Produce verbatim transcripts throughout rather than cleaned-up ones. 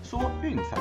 说运彩。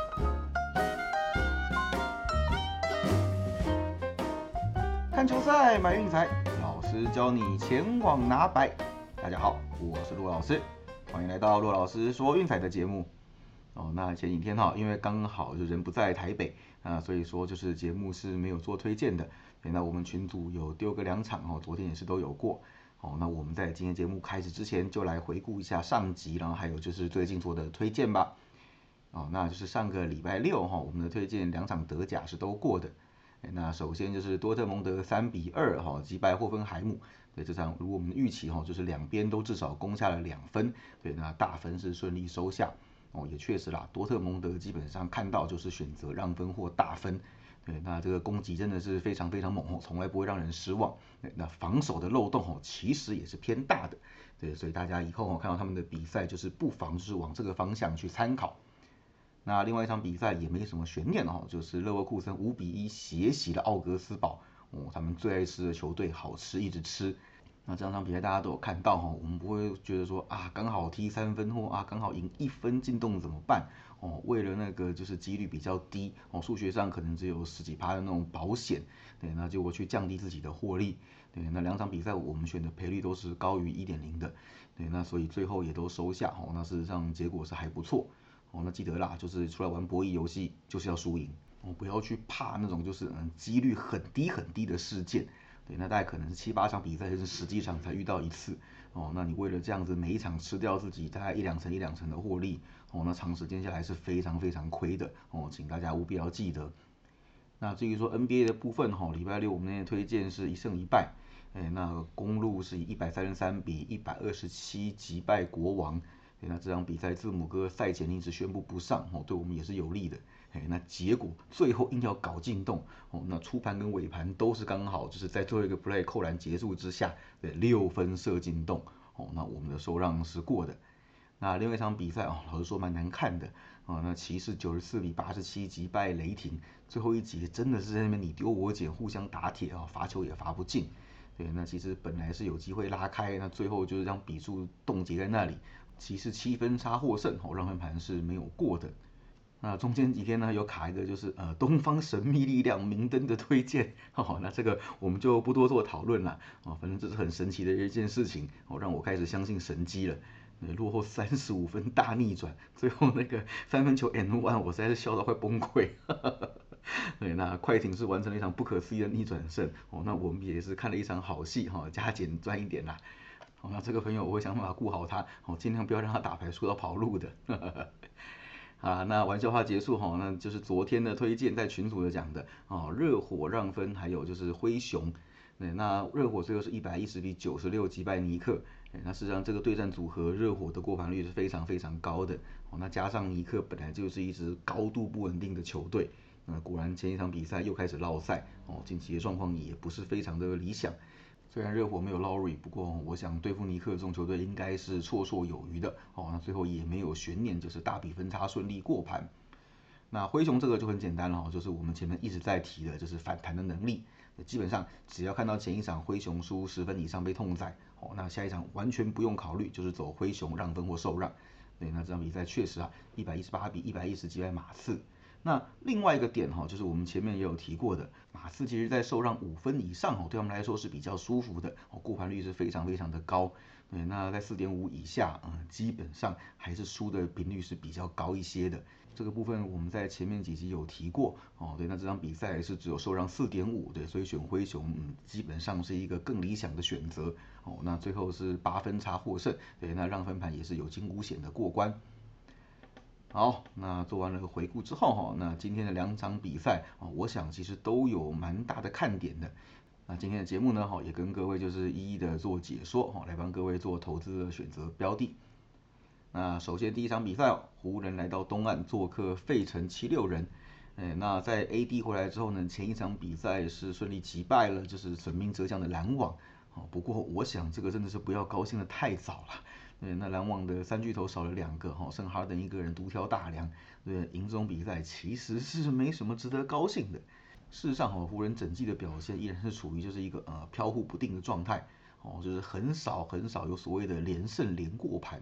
看球赛买运彩，老师教你前往拿白。大家好，我是骆老师，欢迎来到骆老师说运彩的节目。哦，那前几天哈，因为刚好就人不在台北啊，所以说就是节目是没有做推荐的。那我们群组有丢个两场哦，昨天也是都有过。哦，那我们在今天节目开始之前，就来回顾一下上集，然后还有就是最近做的推荐吧。哦，那就是上个礼拜六哈，我们的推荐两场德甲是都过的。那首先就是多特蒙德三比二哈击败霍芬海姆，对这场如我们预期哈，就是两边都至少攻下了两分，对，那大分是顺利收下。哦，也确实啦，多特蒙德基本上看到就是选择让分或大分。对，那这个攻击真的是非常非常猛哦，从来不会让人失望。那防守的漏洞哦，其实也是偏大的。对，所以大家以后哦看到他们的比赛，就是不妨就是往这个方向去参考。那另外一场比赛也没什么悬念哦，就是勒沃库森五比一血洗了奥格斯堡哦，他们最爱吃的球队，好吃一直吃。那这场比赛大家都有看到哈，我们不会觉得说啊刚好踢三分或啊刚好赢一分进洞怎么办哦？为了那个就是几率比较低哦，数学上可能只有十几趴的那种保险，对，那结果去降低自己的获利，对，那两场比赛我们选的赔率都是高于 一点零 的，对，那所以最后也都收下哦，那事实上结果是还不错哦，那记得啦，就是出来玩博弈游戏就是要输赢哦，不要去怕那种就是嗯几率很低很低的事件。对，那大概可能是七八场比赛，就是十几场才遇到一次哦。那你为了这样子每一场吃掉自己大概一两成一两成的获利哦，那长时间下来是非常非常亏的哦，请大家务必要记得。那至于说 N B A 的部分哈，礼拜六我们那天推荐是一胜一败，哎，那公路是以一百三十三比一百二十七击败国王。那这场比赛字母哥赛前一直宣布不上哦，对我们也是有利的。那结果最后硬要搞进洞哦，那初盘跟尾盘都是刚好，就是在最后一个 play 扣篮结束之下，对六分射进洞哦，那我们的受让是过的。那另外一场比赛哦，老实说蛮难看的哦，那骑士九十四比八十七击败雷霆，最后一节真的是在那边你丢我捡，互相打铁啊，罚球也罚不进。对，那其实本来是有机会拉开，那最后就是让比数冻结在那里。骑士七分差获胜，哦，让分盘是没有过的。那中间几天呢，有卡一个就是呃东方神秘力量明灯的推荐，哦，那这个我们就不多做讨论了，哦，反正这是很神奇的一件事情，哦，让我开始相信神迹了。落后三十五分大逆转，最后那个三分球 N 一，我实在是笑到快崩溃。对，那快艇是完成了一场不可思议的逆转胜，哦，那我们也是看了一场好戏哈，加减赚一点啦。哦，那这个朋友我会想办法顾好他，哦，尽量不要让他打牌输到跑路的。啊，那玩笑话结束哈，那就是昨天的推荐在群组的讲的哦，热火让分，还有就是灰熊，对，那热火最后是一百一十比九十六击败尼克，那事实上这个对战组合热火的过盘率是非常非常高的哦，那加上尼克本来就是一支高度不稳定的球队，那果然前一场比赛又开始落赛哦，近期的状况也不是非常的理想。虽然热火没有劳瑞，不过我想对付尼克这种球队应该是绰绰有余的哦。那最后也没有悬念，就是大比分差顺利过盘。那灰熊这个就很简单了，就是我们前面一直在提的，就是反弹的能力。基本上只要看到前一场灰熊输十分以上被痛宰，哦，那下一场完全不用考虑，就是走灰熊让分或受让。对，那这场比赛确实啊，一百一十八比一百一十击败马刺。那另外一个点哈，就是我们前面也有提过的，马刺其实在受让五分以上哦，对他们来说是比较舒服的哦，过盘率是非常非常的高。对，那在四点五以下，嗯，基本上还是输的频率是比较高一些的。这个部分我们在前面几集有提过哦，对，那这场比赛是只有受让 四点五，对，所以选灰熊，嗯，基本上是一个更理想的选择哦。那最后是八分差获胜，对，那让分盘也是有惊无险的过关。好，那做完了回顾之后哈，那今天的两场比赛啊，我想其实都有蛮大的看点的。那今天的节目呢，哈，也跟各位就是一一的做解说，哈，来帮各位做投资的选择标的。那首先第一场比赛，湖人来到东岸做客费城七六人。哎，那在 A D 回来之后呢，前一场比赛是顺利击败了就是神兵折将的篮网。哦，不过我想这个真的是不要高兴的太早了。对，那篮网的三巨头少了两个，哈，剩哈登一个人独挑大梁。对，赢这种比赛其实是没什么值得高兴的。事实上，哈，湖人整季的表现依然是处于就是一个呃飘忽不定的状态，哦，就是很少很少有所谓的连胜连过盘。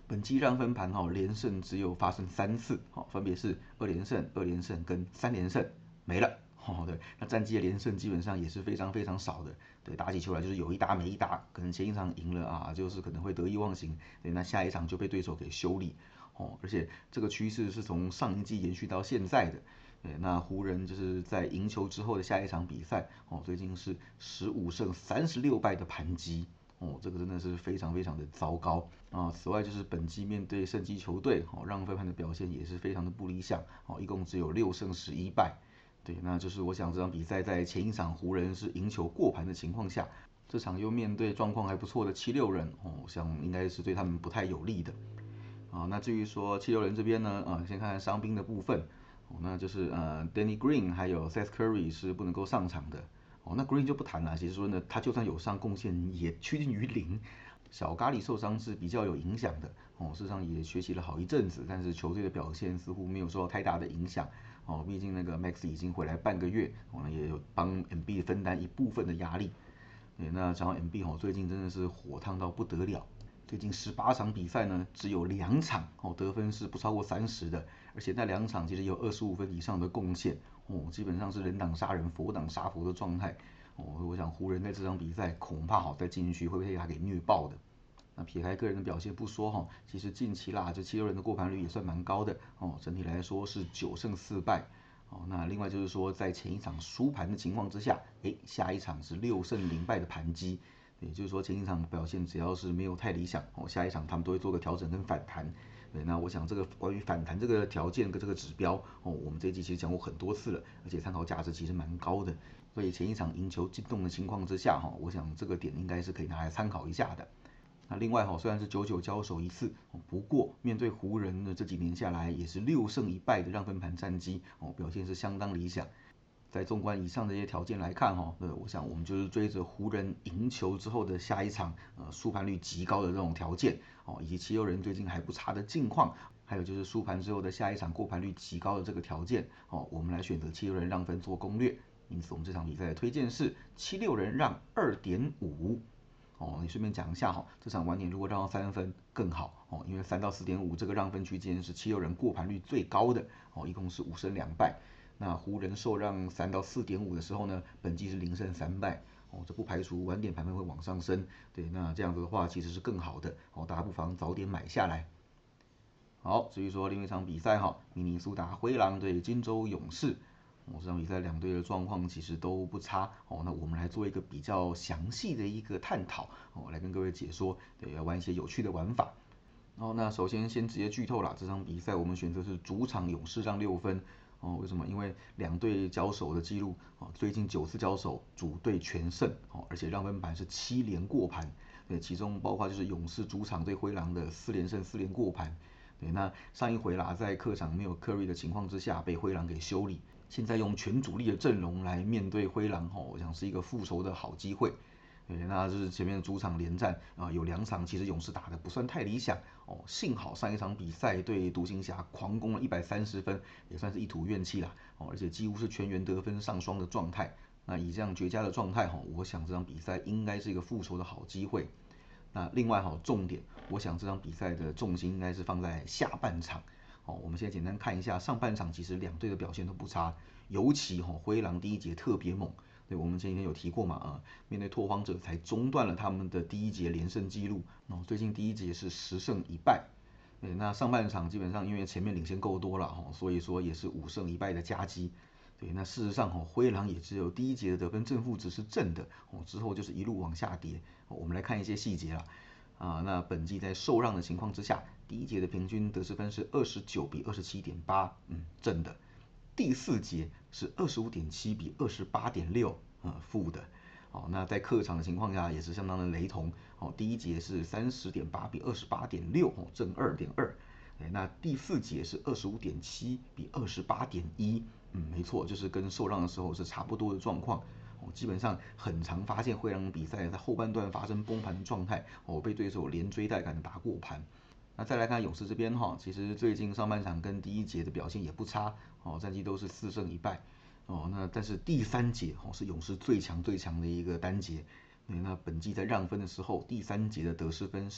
本季让分盘哈连胜只有发生三次，好，分别是二连胜、二连胜跟三连胜，没了。哦，对，那战绩的连胜基本上也是非常非常少的，对，打起球来就是有一打没一打，可能前一场赢了啊，就是可能会得意忘形，对，那下一场就被对手给修理，哦，而且这个趋势是从上一季延续到现在的，对，那湖人就是在赢球之后的下一场比赛，哦，最近是十五胜三十六败的盘击。哦，这个真的是非常非常的糟糕啊！此外，就是本季面对胜基球队，哦，让分盘的表现也是非常的不理想，哦，一共只有六胜十一败。对，那就是我想这场比赛在前一场湖人是赢球过盘的情况下，这场又面对状况还不错的七六人，哦，我想应该是对他们不太有利的。啊，那至于说七六人这边呢，啊，先看看伤兵的部分，哦，那就是呃，Danny Green 还有 Seth Curry 是不能够上场的。哦，那 Green 就不谈了，其实说呢，他就算有上贡献也趋近于零。小咖喱受伤是比较有影响的，哦，事实上也学习了好一阵子，但是球队的表现似乎没有受到太大的影响。哦，毕竟那个 Max 已经回来半个月，哦，那也有帮 M B 分担一部分的压力。对，那讲到 M B 哦，最近真的是火烫到不得了。最近十八场比赛呢，只有两场哦得分是不超过三十的，而且那两场其实有二十五分以上的贡献哦，基本上是人挡杀人，佛挡杀佛的状态哦。我想湖人在这场比赛恐怕好再进去会被他给虐爆的。那撇开个人的表现不说哈，其实近期啦，这七六人的过盘率也算蛮高的哦，整体来说是九胜四败。哦，那另外就是说，在前一场输盘的情况之下，诶，下一场是六胜零败的盘击，也就是说前一场表现只要是没有太理想，哦，下一场他们都会做个调整跟反弹。对，那我想这个关于反弹这个条件跟这个指标，哦，我们这一季其实讲过很多次了，而且参考价值其实蛮高的。所以前一场赢球进洞的情况之下，哈，我想这个点应该是可以拿来参考一下的。那另外哈，虽然是久久交手一次，不过面对湖人呢，这几年下来也是六胜一败的让分盘战绩，哦，表现是相当理想。在纵观以上这些条件来看哈，呃，我想我们就是追着湖人赢球之后的下一场，呃，输盘率极高的这种条件，哦，以及七六人最近还不差的近况，还有就是输盘之后的下一场过盘率极高的这个条件，哦，我们来选择七六人让分做攻略。因此我们这场比赛的推荐是七六人让二点五。哦，你顺便讲一下哈，这场晚点如果让到三分更好哦，因为三到四点五这个让分区间是七六人过盘率最高的哦，一共是五胜两败。那湖人受让三到四点五的时候呢，本季是零胜三败哦，这不排除晚点盘分会往上升。对，那这样子的话其实是更好的哦，大家不妨早点买下来。好，至于说另一场比赛哈，明尼苏达灰狼对金州勇士。哦，这场比赛两队的状况其实都不差哦，那我们来做一个比较详细的一个探讨哦，来跟各位解说，对，要玩一些有趣的玩法。然后那首先先直接剧透啦，这场比赛我们选择是主场勇士让六分哦，为什么？因为两队交手的记录哦，最近九次交手主队全胜哦，而且让分盘是七连过盘，对，其中包括就是勇士主场对灰狼的四连胜四连过盘。对，那上一回啦，在客场没有 Curry 的情况之下，被灰狼给修理。现在用全主力的阵容来面对灰狼，吼，我想是一个复仇的好机会。对，那就是前面的主场连战啊、呃，有两场其实勇士打的不算太理想哦，幸好上一场比赛对独行侠狂攻了一百三十分，也算是一吐怨气啦哦，而且几乎是全员得分上双的状态。那以这样绝佳的状态哈，我想这场比赛应该是一个复仇的好机会。那另外哈，重点，我想这场比赛的重心应该是放在下半场。哦，我们先简单看一下上半场，其实两队的表现都不差，尤其哈灰狼第一节特别猛。对，我们前几天有提过嘛，啊，面对拓荒者才中断了他们的第一节连胜纪录。哦，最近第一节是十胜一败。对，那上半场基本上因为前面领先够多了哈，所以说也是五胜一败的佳绩。对，那事实上哈，灰狼也只有第一节的得分正负值是正的，哦，之后就是一路往下跌。我们来看一些细节啦。啊，那本季在受让的情况之下，第一节的平均得失分是二十九比二十七点八，嗯，正的。第四节是二十五点七比二十八点六，呃，负的。哦，那在客场的情况下也是相当的雷同。哦，第一节是三十点八比二十八点六，哦，正二点二。那第四节是二十五点七比二十八点一，嗯，没错，就是跟受让的时候是差不多的状况。哦，基本上很常发现会让比赛在后半段发生崩盘的状态，哦，被对手连追带赶的打过盘。那再来看勇士这边哈，其实最近上半场跟第一节的表现也不差，哦，战绩都是四胜一败，哦，那但是第三节哦是勇士最强最强的一个单节，对，那本季在让分的时候，第三节的得失分是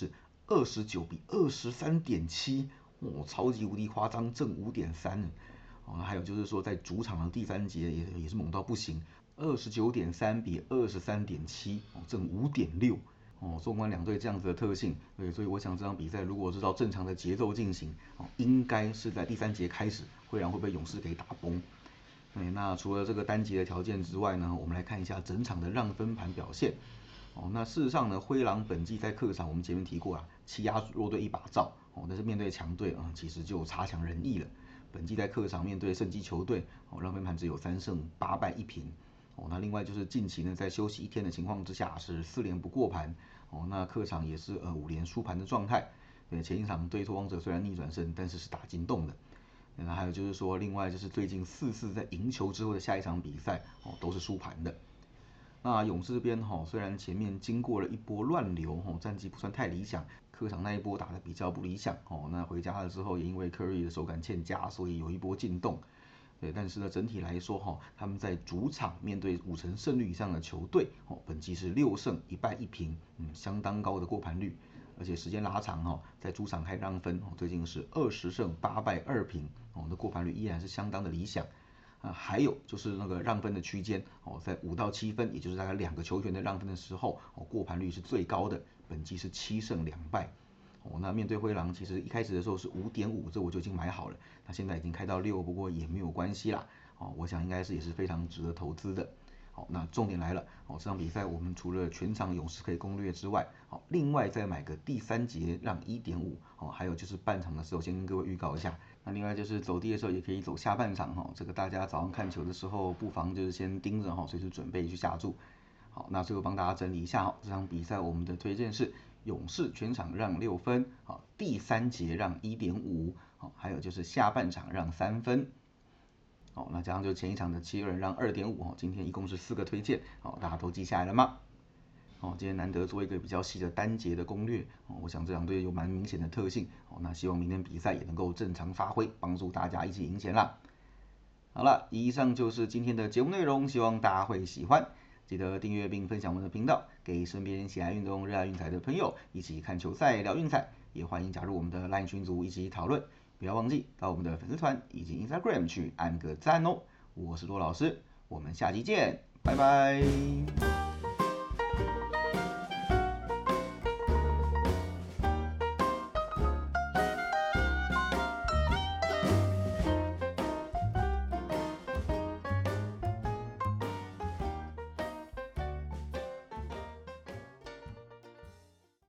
二十九比二十三点七，哦，超级无敌夸张，正 五点三 呢。哦，还有就是说在主场的第三节也也是猛到不行，二十九点三比二十三点七，哦，正 五点六。哦，纵观两队这样子的特性，对，所以我想这场比赛如果是照正常的节奏进行，哦，应该是在第三节开始，灰狼会被勇士给打崩。对，那除了这个单节的条件之外呢，我们来看一下整场的让分盘表现。哦，那事实上呢，灰狼本季在客场我们前面提过啊，欺压弱队一把照，哦，但是面对强队啊、嗯，其实就差强人意了。本季在客场面对胜绩球队，哦，让分盘只有三胜八败一平。哦，那另外就是近期呢，在休息一天的情况之下是四连不过盘，哦，那客场也是呃五连输盘的状态。对，前一场对拓荒者虽然逆转胜，但是是打进洞的。那还有就是说，另外就是最近四次在赢球之后的下一场比赛，哦，都是输盘的。那勇士这边哈，虽然前面经过了一波乱流，哈，战绩不算太理想，客场那一波打得比较不理想，哦，那回家了之后也因为 Curry 的手感欠佳，所以有一波进洞。对，但是呢，整体来说哈，他们在主场面对五成胜率以上的球队，哦，本季是六胜一败一平，嗯，相当高的过盘率，而且时间拉长哈，在主场开让分，哦，最近是二十胜八败二平，哦，那过盘率依然是相当的理想。啊，还有就是那个让分的区间哦，在五到七分，也就是大概两个球权的让分的时候，哦，过盘率是最高的，本季是七胜两败。哦，那面对灰狼，其实一开始的时候是五点五，这我就已经买好了，那现在已经开到六，不过也没有关系啦。哦，我想应该是也是非常值得投资的。好，那重点来了，哦，这场比赛我们除了全场勇士可以攻略之外，好，另外再买个第三节让 一点五，哦，还有就是半场的时候先跟各位预告一下，那另外就是走低的时候也可以走下半场哈，这个大家早上看球的时候不妨就是先盯着哈，随时准备去下注。好，那最后帮大家整理一下哈，这场比赛我们的推荐是勇士全场让六分，好，第三节让 一点五，好，还有就是下半场让三分。好，那加上就前一场的七个人让 二点五， 今天一共是四个推荐，好，大家都记下来了吗？哦，今天难得做一个比较细的单节的攻略，哦，我想这两队有蛮明显的特性，哦，那希望明天比赛也能够正常发挥，帮助大家一起赢钱啦。好了，以上就是今天的节目内容，希望大家会喜欢。记得订阅并分享我们的频道，给身边喜爱运动、热爱运彩的朋友一起看球赛、聊运彩。也欢迎加入我们的 LINE 群组一起讨论。不要忘记到我们的粉丝团以及 Instagram 去按个赞哦。我是骆老师，我们下期见，拜拜。